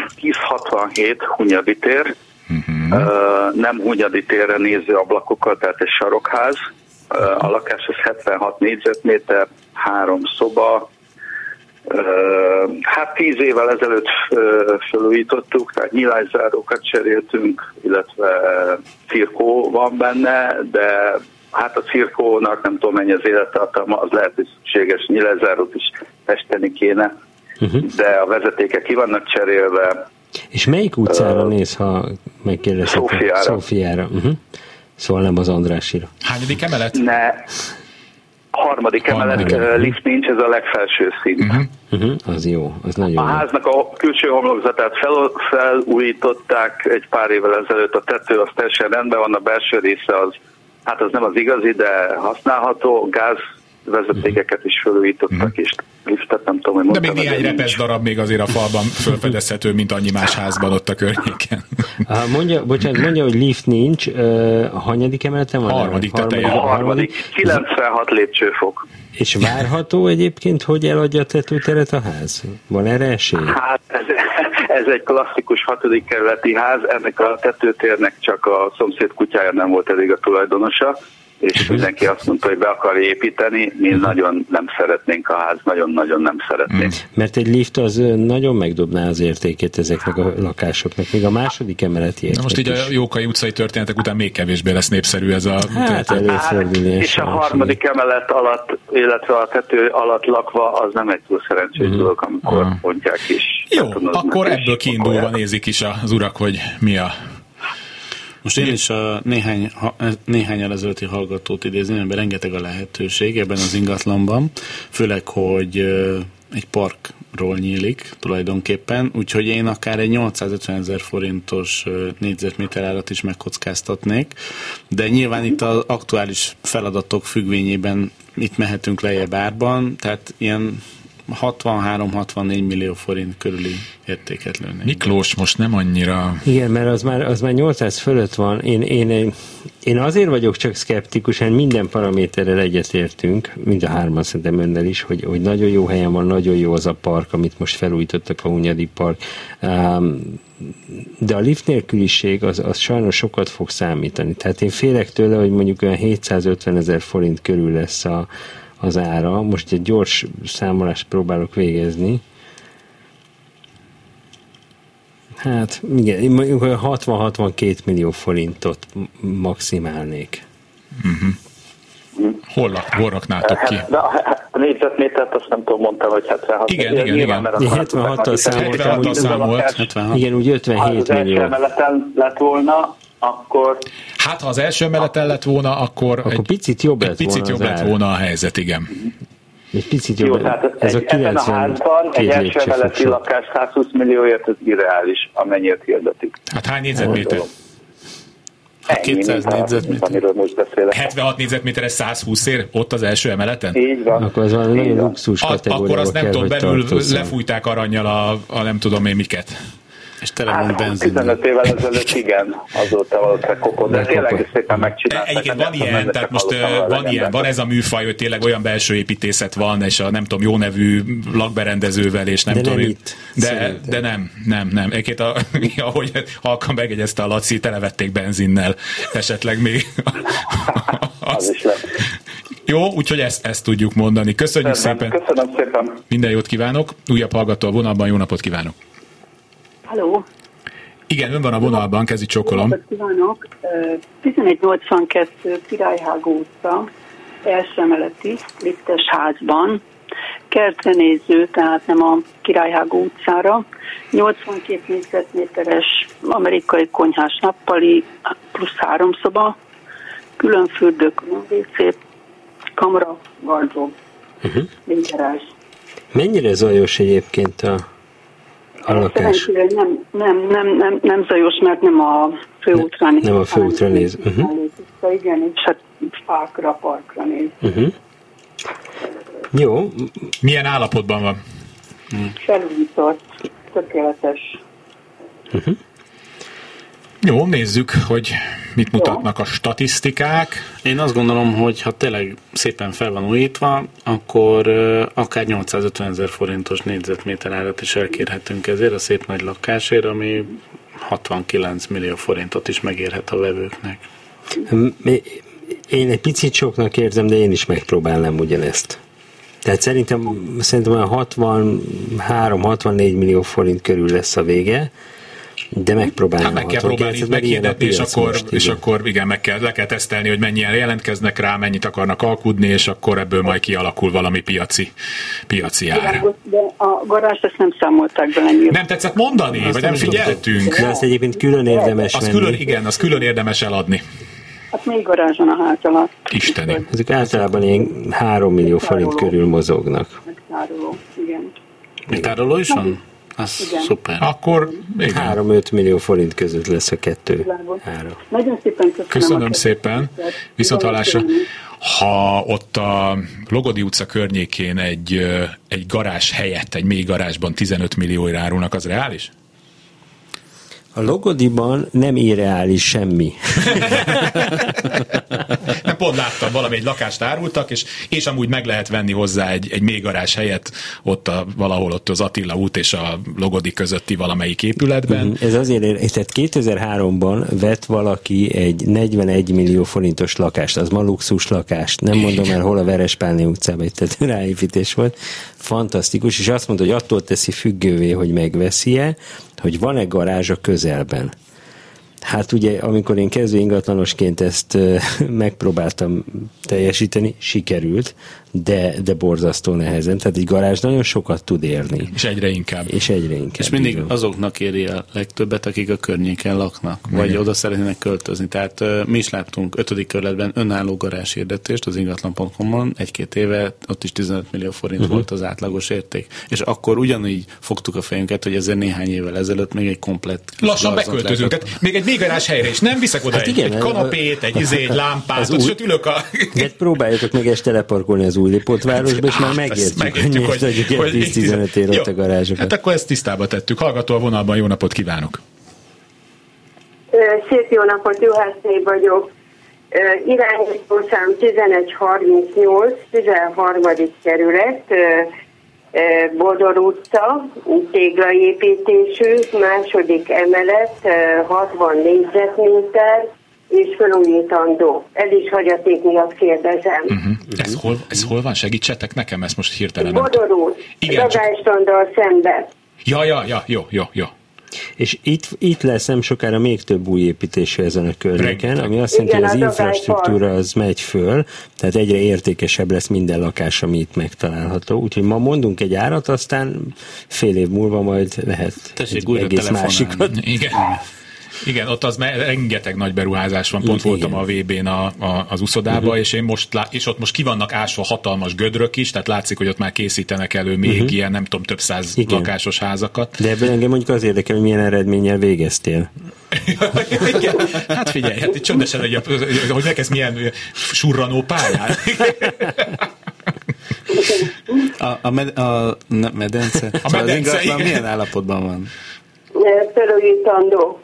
1067 Hunyadi tér. Nem Hunyadi térre néző ablakokkal, tehát egy sarokház. A lakás az 76 négyzetméter, 3 szoba. Hát 10 évvel ezelőtt felújítottuk, tehát nyilászárókat cseréltünk, illetve cirkó van benne, de hát a cirkónak nem tudom mennyi az élettartalma, az lehet, hogy szükséges nyilászárót is festeni kéne, de a vezetékek ki vannak cserélve. És melyik utcára néz, ha megkérdezhetem? Szófiára. Szóval nem az Andrásira. Hányadik emelet? Harmadik emelet, lift nincs, ez a legfelső szint. Az jó, az nagyon jó. A háznak a külső homlokzatát felújították egy pár évvel ezelőtt, a tető az teljesen rendben van, a belső része az nem az igazi, de használható, gázvezetékeket is felújítottak, és liftet nem tudom, hogy mondtam. De még néhány repesz darab még azért a falban felfedezhető, mint annyi más házban ott a környéken. Mondja, hogy lift nincs, a hanyadik emeleten van? Harmadik teteje. Harmadik. 96 lépcsőfok. És várható egyébként, hogy eladja a tetőteret a ház? Van erre esély? Hát ez egy klasszikus 6. kerületi ház, ennek a tetőtérnek csak a szomszéd kutyája nem volt elég a tulajdonosa, és mindenki azt mondta, hogy be akarja építeni, mi nagyon nem szeretnénk a ház, nagyon-nagyon nem szeretnénk. Mert egy lift az nagyon megdobná az értékét ezeknek a lakásoknak, még a második emeleti érték. Na most így a Jókai utcai történetek után még kevésbé lesz népszerű ez a... És a harmadik emelet alatt, illetve a tető alatt lakva, az nem egy túl szerencsés dolog, amikor mondják is. Jó, akkor ebből kiindulva nézik is az urak, hogy mi a... Most én is a néhány ezelőtti hallgatót idézni, mert rengeteg a lehetőség ebben az ingatlanban, főleg, hogy egy parkról nyílik tulajdonképpen, úgyhogy én akár egy 850 000 forintos négyzetméter árat is megkockáztatnék, de nyilván itt az aktuális feladatok függvényében itt mehetünk lejjebb árban, tehát ilyen 63-64 millió forint körüli értéket lőnek. Miklós most nem annyira... Igen, mert az már 800 fölött van. Én azért vagyok csak szkeptikus, hát minden paraméterrel egyetértünk, mind a hárman szerintem önnel is, hogy nagyon jó helyen van, nagyon jó az a park, amit most felújítottak, a Hunyadi Park. De a lift nélküliség az sajnos sokat fog számítani. Tehát én félek tőle, hogy mondjuk olyan 750 000 forint körül lesz az ára. Most egy gyors számolást próbálok végezni. Hát igen, mondjuk 60-62 millió forintot maximálnék. Uh-huh. Hol raknátok ki? A négyzetmétert azt nem tudom, mondtam, hogy 76. Igen. 76-tal számolt. Igen, úgy 57 millió. Ha az első emeleten lett volna, akkor... Hát, ha az első emeleten lett volna, akkor picit jobb lett volna a helyzet, igen. Egy picit jobb. Jó, tehát ebben a házban egy első emeleti lakás 120 millióért, ez irreális, amennyit hirdetik. Hát hány négyzetméter? 200 négyzetméter. Amiről most beszélek. 76 négyzetméteres 120 ér ott az első emeleten? Így van. Akkor az valami nagyon luxus kategóriába akkor azt nem tudom, belül tartozzon. Lefújták arannyal a nem tudom én miket. És tele van benzin. 15 évvel ezelőtt igen, azóta valószínűleg kokod, de tényleg szépen megcsinálták. Egyébként van ilyen, tehát most van ez a műfaj, hogy tényleg olyan belső építészet van, és a nem tudom, jó nevű lakberendezővel, és nem tudom. De nem. Egyébként ahogy halkan megjegyezte a Laci, televették benzinnel esetleg még. Az is lett. Jó, úgyhogy ezt tudjuk mondani. Köszönjük szépen. Köszönöm szépen. Minden jót kívánok. Újabb hallgató a vonalban, jó napot kívánok. Halló. Igen, ön van a vonalban, kezdj csókolom. Kívánok. 1182 Királyhágó utca, első emeleti, liftes házban, kertre néző, tehát nem a Királyhágó utcára, 82 négyzetméteres amerikai konyhás nappali, plusz 3 szoba, külön fürdő, külön WC, kamra, gardrób, garázs. Mennyire zajos egyébként a lakás? Szerencsére nem zajos, mert nem a főútra néz. Nem a főútra néz. Igen, és hát fákra, parkra néz. Jó. Milyen állapotban van? Felújított, tökéletes. Jó, nézzük, hogy mit mutatnak a statisztikák. Én azt gondolom, hogy ha tényleg szépen fel van újítva, akkor akár 850 000 forintos négyzetméter árat is elkérhetünk ezért a szép nagy lakásért, ami 69 millió forintot is megérhet a vevőknek. Én egy picit soknak érzem, de én is megpróbálnám ugyanezt. Tehát szerintem a 63-64 millió forint körül lesz a vége, de megpróbálni. Meg kell próbálni meghirdetni, és akkor igen, le kell tesztelni, hogy mennyien jelentkeznek rá, mennyit akarnak alkudni, és akkor ebből majd kialakul valami piaci ár. De a garást ezt nem számolták be ennyire. Nem tetszett mondani, vagy nem figyeltünk? De azt egyébként külön érdemes az külön érdemes eladni. Hát még garázson a ház alatt. Isteni. Ezek általában ilyen 3 millió forint körül mozognak. Megtároló, igen. Megtároló is van? Az igen. Szuper. Akkor 3-5 millió forint között lesz a kettő ára. Nagyon szépen köszönöm szépen. Viszonthallásra. Ha ott a Logodi utca környékén egy garázs helyett, egy mély garázsban 15 millióra árulnak, az reális? A Logodiban nem irreális semmi. Nem, pont láttam, valami egy lakást árultak, és amúgy meg lehet venni hozzá egy mély garázs helyet ott valahol ott az Attila út és a Logodi közötti valamelyik épületben. Ez azért, tehát 2003-ban vett valaki egy 41 millió forintos lakást, az ma luxus lakást, nem mondom el, hol a Verespálné utcában egy tetőráépítés volt, fantasztikus, és azt mondta, hogy attól teszi függővé, hogy megveszi-e, hogy van-e garázs a közelben. Hát ugye, amikor én kezdő ingatlanosként ezt megpróbáltam teljesíteni, sikerült, de borzasztó nehezen. Tehát egy garázs nagyon sokat tud érni. És egyre inkább. És mindig azoknak éri a legtöbbet, akik a környéken laknak, vagy oda szeretnének költözni. Tehát mi is láttunk 5. kerületben önálló garázshirdetést az ingatlan.com-on, 1-2 éve, ott is 15 millió forint volt az átlagos érték. És akkor ugyanígy fogtuk a fejünket, hogy ezzel néhány évvel ezelőtt még egy komplett... Lassan beköltözünk. Tehát még egy garázs helyre is nem viszek oda egy kanapét, egy lámpát, sőt ülök De próbáljátok meg este leparkolni az Újlipótvárosba, és már megértjük, hogy 10-15 ér ott a garázsokat. Hát akkor ezt tisztába tettük. Hallgató a vonalban, jó napot kívánok! Szép jó napot, Juhászné vagyok. Irányítószám 1138, 13. kerület, Bodor utca, téglaépítésű, második emelet, 60 négyzetméter, és felújítandó. Ez is hagyaték miatt kérdezem. Ez hol van? Segítsetek nekem, ezt most hirtelen. Bodor út, Dagálystanddal szembe. Ja, jó. És itt lesz nem sokára még több új építésű ezen a környéken, ami azt jelenti, hogy az infrastruktúra az megy föl, tehát egyre értékesebb lesz minden lakás, ami itt megtalálható. Úgyhogy ma mondunk egy árat, aztán fél év múlva majd lehet egész másikat. Igen, ott az rengeteg nagy beruházás van, pont voltam a VB-n az uszodába, és ott most ki vannak ásva hatalmas gödrök is, tehát látszik, hogy ott már készítenek elő még ilyen, nem tudom, több száz lakásos házakat. De ebből engem mondjuk az érdekel, hogy milyen eredménnyel végeztél. Igen. Hát figyelj, hát csöndesen, hogy megkezd milyen surranó pályán. A medence? Az ingatlan milyen állapotban van? Felújítandó.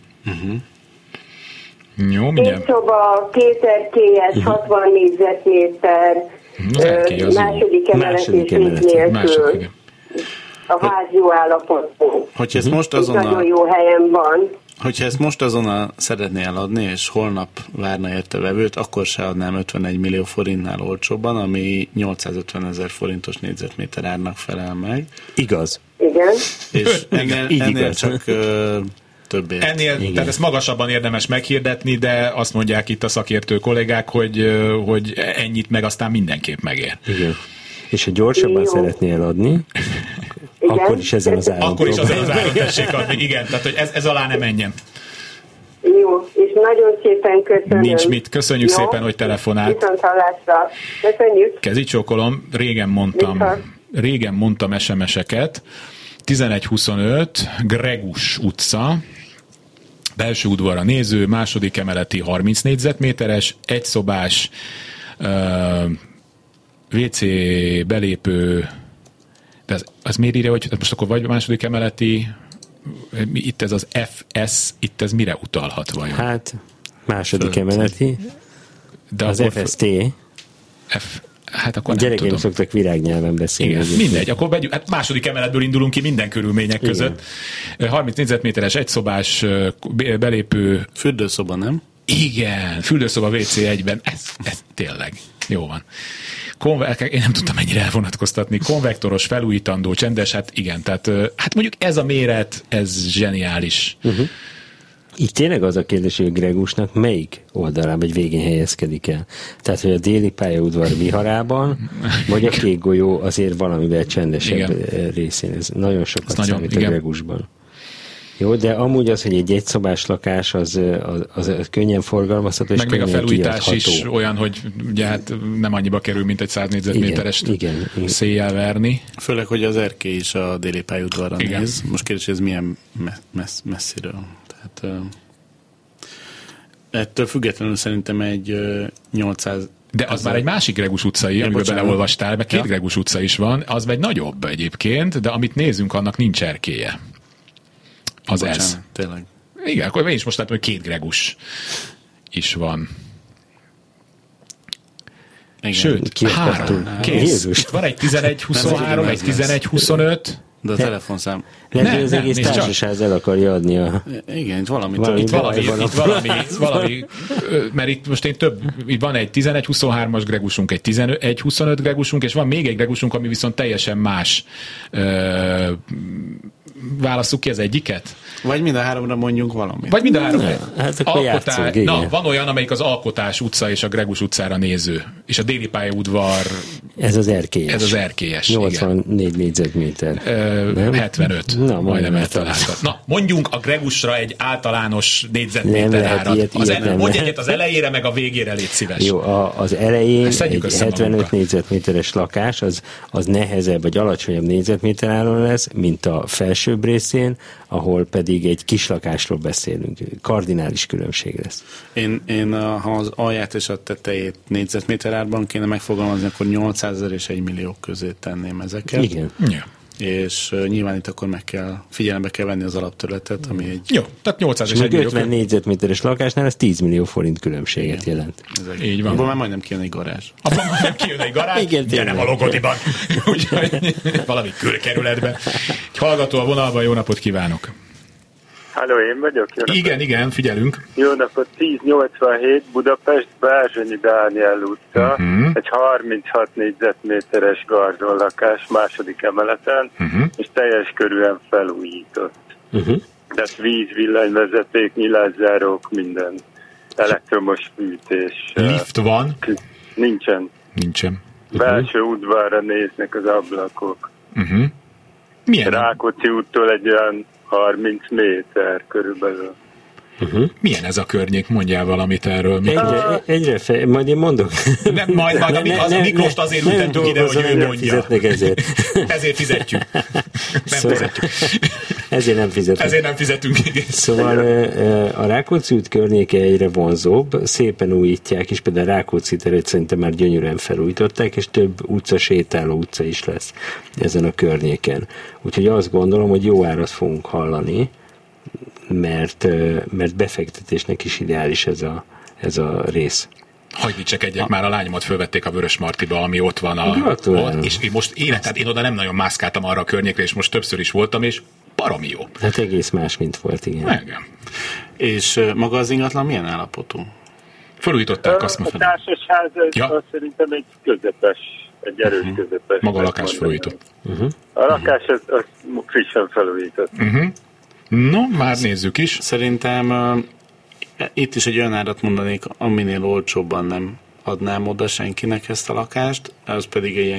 Jó, mindjárt. Két szoba, 2 erkélyes, 60 négyzetméter, második emelet és víz nélkül. A ház jó állapotban. Hogyha ezt most nagyon jó helyen van. Hogyha ezt most azonnal szeretné eladni, és holnap várna érte vevőt, akkor se adnám 51 millió forintnál olcsóbban, ami 850 000 forintos négyzetméter árnak felel meg. Igaz. Igen. És ennél csak többért. Tehát ezt magasabban érdemes meghirdetni, de azt mondják itt a szakértő kollégák, hogy ennyit meg aztán mindenképp megér. Igen. És ha gyorsabban szeretné eladni, akkor is ezen az áron. Akkor is ezen az áron tessék adni, igen. Tehát, hogy ez alá ne menjen. Jó, és nagyon szépen köszönöm. Nincs mit, köszönjük szépen, hogy telefonált. Viszont hallásra. Köszönjük. Kezicsókolom, régen mondtam SMS-eket. 1125, Gregus utca, belső udvarra néző, második emeleti 30 négyzetméteres, egyszobás, WC belépő, de az miért írja, hogy most akkor vagy második emeleti, itt ez az FS, itt ez mire utalhat vajon? Hát második emeleti, de az FST. Hát akkor gyerekeim szoktak virágnyelven beszélni. Igen, mindegy, akkor vegyük, hát második emeletből indulunk ki minden körülmények között. 30 négyzetméteres, egyszobás belépő. Fürdőszoba, nem? Igen, fürdőszoba WC egyben. Ez tényleg jó van. Én nem tudtam ennyire elvonatkoztatni. Konvektoros, felújítandó, csendes, hát igen, tehát hát mondjuk ez a méret, ez zseniális. Így tényleg az a kérdés, hogy a Gregusnak melyik oldalán vagy végén helyezkedik el? Tehát, hogy a déli pályaudvar viharában, vagy a Kék golyó azért valamivel csendesebb részén. Ez nagyon sokat számít a Gregusban. Jó, de amúgy az, hogy egy egyszobás lakás, az könnyen forgalmazható, és meg a felújítás is olyan, hogy ugye hát nem annyiba kerül, mint egy 100 négyzetméteres széjjel verni. Főleg, hogy az erkély is a déli pályaudvarra néz. Most kérdés, ez milyen messziről. Tehát ettől függetlenül szerintem egy 800... De az már egy másik Gregus utcai, amiből beleolvastál, meg 2 Gregus utca is van, az egy nagyobb egyébként, de amit nézünk, annak nincs erkélye. Az ez. Tényleg. Igen, akkor én is most látom, hogy 2 Gregus is van. Igen. Sőt, 3. Kész. Itt van egy 11-23, egy 11-25. De a telefonszám. Lehet, hogy az egész társaság el akarja adni a... Igen, itt valami, mert itt most itt van egy 11-23-as Gregusunk, egy 11-25 Gregusunk, és van még egy Gregusunk, ami viszont teljesen más. Válasszuk ki az egyiket? Vagy mind a 3-ra mondjunk valamit. Vagy mind a 3-ra. Hát akkor játszunk, van olyan, amelyik az Alkotás utca és a Gregus utcára néző. És a déli pályaudvar... Ez az erkélyes. Ez az erkélyes, 84 négyzetméter. 75. Na, majdnem eltaláltad. Na, mondjunk a Gregusra egy általános négyzetméter árat. Mondj egyet az elejére, meg a végére, légy szíves. Jó, az elején egy 75 négyzetméteres lakás, az nehezebb, vagy alacsonyabb négyzetméter áron lesz, mint a felső felsőbb részén, ahol pedig egy kis lakásról beszélünk. Kardinális különbség lesz. Én ha az alját és a tetejét négyzetméter árban kéne megfogalmazni, akkor 800 000 és 1 millió közé tenném ezeket. Igen. Ja. És nyilván itt akkor figyelembe kell venni az alapterületet, ami egy... Jó, tehát 800 és 1 millió. 50 négyzetméteres lakásnál ez 10 millió forint különbséget jelent. Így van. Abban már majdnem kijön egy garázs. Abban majdnem kijön egy garázs, igen, de nem a Logodiban. Úgyhogy valami külkerületben. Egy hallgató a vonalban, jó napot kívánok! Halló, én vagyok? Igen, figyelünk. Jó napot, 1087 Budapest, Bázsonyi Dániel utca, egy 36 négyzetméteres garzonlakás második emeleten, és teljes körűen felújított. Tehát víz, villanyvezeték, nyilászárók, minden. Elektromos fűtés. Lift van? Nincsen. Belső udvarra néznek az ablakok. Milyen? Rákóczi úttól egy olyan 30 méter körülbelül. Milyen ez a környék? Mondjál valamit erről. Majd én mondok. Majd a Miklóst azért ültettük ide, hogy ő mondja. Fizetnek ezért. Ezért fizetjük. Fizetjük. Ezért nem fizetünk. Szóval a Rákóczi út környéke egyre vonzóbb, szépen újítják, és például a Rákóczi teret szerintem már gyönyörűen felújították, és több utca, sétáló utca is lesz ezen a környéken. Úgyhogy azt gondolom, hogy jó árat fogunk hallani, mert befektetésnek is ideális ez a rész. Hagyj dicsekedjek, már a lányomat fölvették a Vörösmartyba, ami ott van. És most én oda nem nagyon mászkáltam arra a környékre, és most többször is voltam, és baromi jó. Hát egész más, mint volt, igen. Igen. És maga az ingatlan milyen állapotú? Felújították azt mondani. A társasház szerintem egy közepes, egy erős közepes. Maga a lakás felújított. A lakás az frissen felújított. No, már nézzük is. Szerintem itt is egy olyan árat mondanék, aminél olcsóbban nem adnám oda senkinek ezt a lakást, az pedig egy ilyen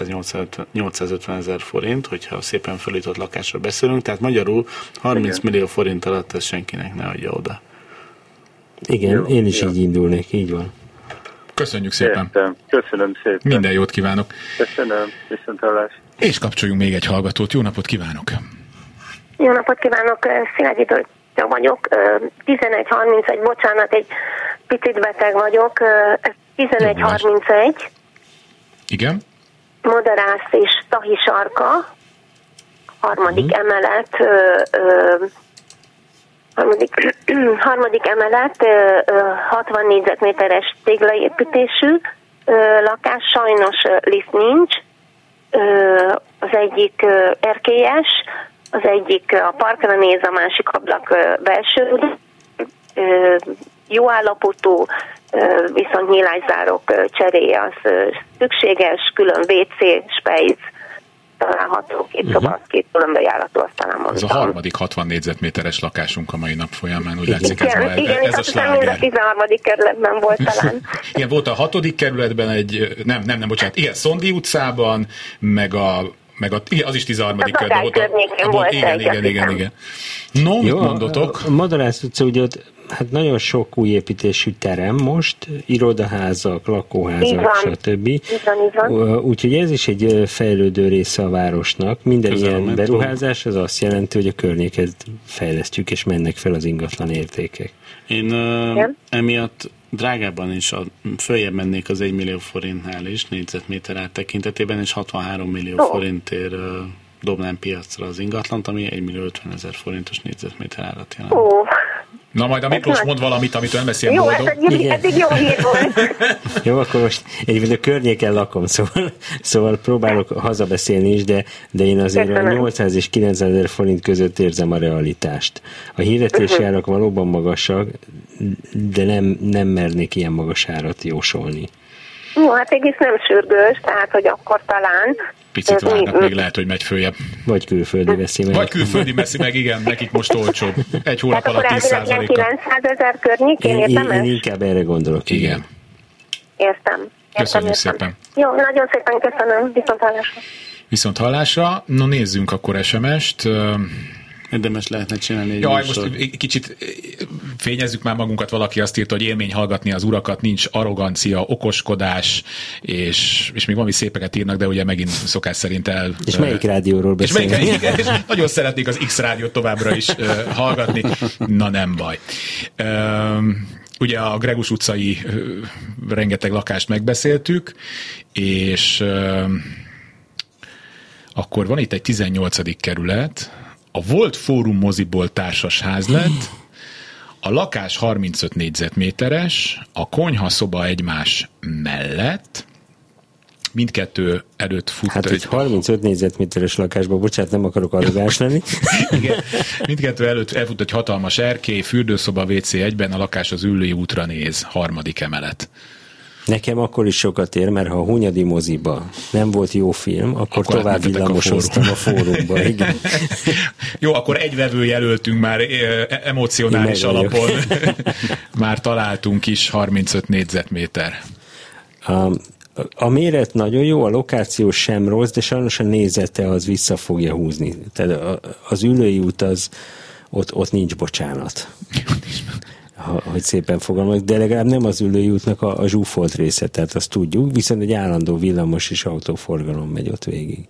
850 000 forint, hogyha szépen felújított lakásról beszélünk, tehát magyarul 30 millió forint alatt ezt senkinek ne adja oda. Igen, jó, én is így indulnék, így van. Köszönjük szépen. Értem. Köszönöm szépen. Minden jót kívánok. Köszönöm, viszonthallás. És kapcsoljunk még egy hallgatót. Jó napot kívánok. Jó napot kívánok, Szilágyi Dorottya vagyok, 1131, bocsánat, egy picit beteg vagyok, 1131. Igen. Moderász és Tahi sarka, harmadik emelet, harmadik emelet, 60 négyzetméteres téglaépítésű lakás, sajnos lift nincs, az egyik erkélyes, az egyik a parkra néz, a másik ablak belső, jó állapotú, viszont nyílászárok cseréje az szükséges, külön WC, spejz található, két szoba, két külön bejáratú, azt talán mondtam. Ez a harmadik 60 négyzetméteres lakásunk a mai nap folyamán, úgy látszik, ez a sláger. A 13. kerületben volt talán. Igen, volt a 6. kerületben egy, bocsánat, igen, Szondi utcában, meg az is 13. kerületben volt. Igen. No, mit mondotok? A Madarász utca ugye ott hát nagyon sok új építésű terem most, irodaházak, lakóházak, stb. Úgyhogy ez is egy fejlődő része a városnak. Minden ilyen beruházás az azt jelenti, hogy a környéket fejlesztjük, és mennek fel az ingatlan értékek. Én emiatt drágában is följebb mennék az 1 millió forintnál is, négyzetméter át tekintetében, és 63 millió forintért dobnám piacra az ingatlant, ami 1 millió 50 000 forintos négyzetméter árat jelent. Na majd a Miklós mond valamit, amit ön beszél boldog. Jó, eddig jó hír volt. Jó, akkor most egyébként a környéken lakom, szóval próbálok hazabeszélni is, de én azért a 800 és 900 000 forint között érzem a realitást. A hirdetési árak valóban magasak, de nem mernék ilyen magas árat jósolni. Jó, hát egész nem sürgős, tehát hogy akkor talán... Picit várnak, még lehet, hogy megy följebb. Vagy külföldi veszi meg. Vagy külföldi veszi meg, igen, nekik most olcsóbb. Egy hónap alatt 10%-kal. 900 000 környékén, én inkább erre gondolok. Igen. Értem. Köszönjük szépen. Jó, nagyon szépen köszönöm. Viszonthallásra. Viszonthallásra. No, nézzünk akkor SMS-t. Érdemes lehetne csinálni egy Jaj, most kicsit fényezzük már magunkat, valaki azt írta, hogy élmény hallgatni az urakat, nincs arrogancia, okoskodás, és még valami szépeket írnak, de ugye megint szokás szerint És melyik rádióról beszélünk? És nagyon szeretnék az X rádiót továbbra is hallgatni. Na nem baj. Ugye a Gregus utcai rengeteg lakást megbeszéltük, és akkor van itt egy 18. kerület, a volt Fórum moziból társasház lett, a lakás 35 négyzetméteres, a konyha-szoba egymás mellett, mindkettő előtt fut... Hát egy 35 négyzetméteres lakásban, bocsánat, nem akarok arrogáns lenni. Igen, mindkettő előtt elfut egy hatalmas erkély, fürdőszoba, WC egyben, a lakás az Üllői útra néz, 3. emelet. Nekem akkor is sokat ér, mert ha a Hunyadi moziba nem volt jó film, akkor tovább villamosoztam a fórumba. Igen. Jó, akkor egy vevőjelöltünk már emocionális alapon. Már találtunk is 35 négyzetméter. A méret nagyon jó, a lokáció sem rossz, de sajnos a nézete az vissza fogja húzni. Tehát az Üllői út ott nincs bocsánat. Hogy szépen fogalmazok, de legalább nem az Üllői útnak a zsúfolt része, tehát azt tudjuk, viszont egy állandó villamos és autóforgalom megy ott végig.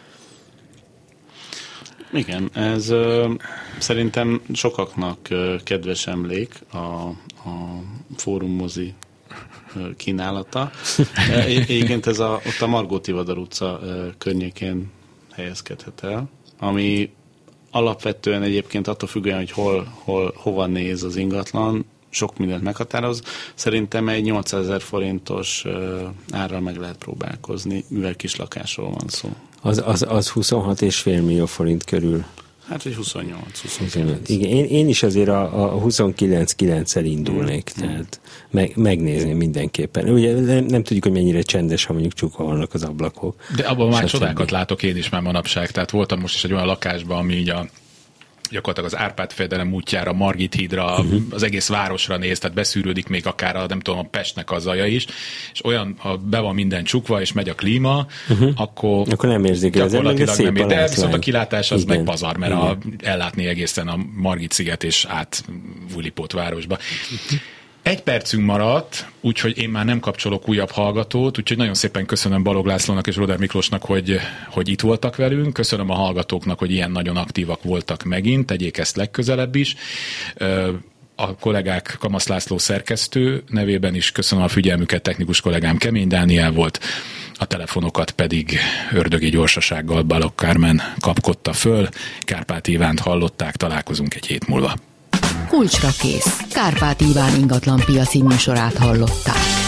Igen, ez szerintem sokaknak kedves emlék a Fórum mozi kínálata. Egyébként ez ott a Margó Tivadar utca környékén helyezkedhet el, ami alapvetően egyébként attól függően, hogy hova néz az ingatlan, sok mindent meghatároz. Szerintem egy 800 000 forintos árral meg lehet próbálkozni, mivel kis lakásról van szó. Az 26,5 millió forint körül. Hát, vagy 28. Igen, én is azért a 29,9-el indulnék, tehát megnézni mindenképpen. Ugye nem tudjuk, hogy mennyire csendes, ha mondjuk csukolnak az ablakok. De abban már csodákat látok én is már manapság, tehát voltam most is egy olyan lakásban, ami így gyakorlatilag az Árpád-fejedelem útjára, Margit hídra, az egész városra néz, tehát beszűrődik még akár a Pestnek a zaja is, és olyan, ha be van minden csukva, és megy a klíma, akkor nem érzik el, gyakorlatilag nem. De viszont a kilátás az meg pazar, mert ellátni egészen a Margit sziget és át Újlipót városba. 1 percünk maradt, úgyhogy én már nem kapcsolok újabb hallgatót, úgyhogy nagyon szépen köszönöm Balog Lászlónak és Roder Miklósnak, hogy itt voltak velünk. Köszönöm a hallgatóknak, hogy ilyen nagyon aktívak voltak megint, tegyék ezt legközelebb is. A kollégák, Kamasz László szerkesztő nevében is köszönöm a figyelmüket, technikus kollégám Kemény Dániel volt, a telefonokat pedig ördögi gyorsasággal Balogh Kármen kapkodta föl. Kárpáti Ivánt hallották, találkozunk egy hét múlva. Kulcsra kész. Kárpáti Iván ingatlanpiaci műsorát hallották.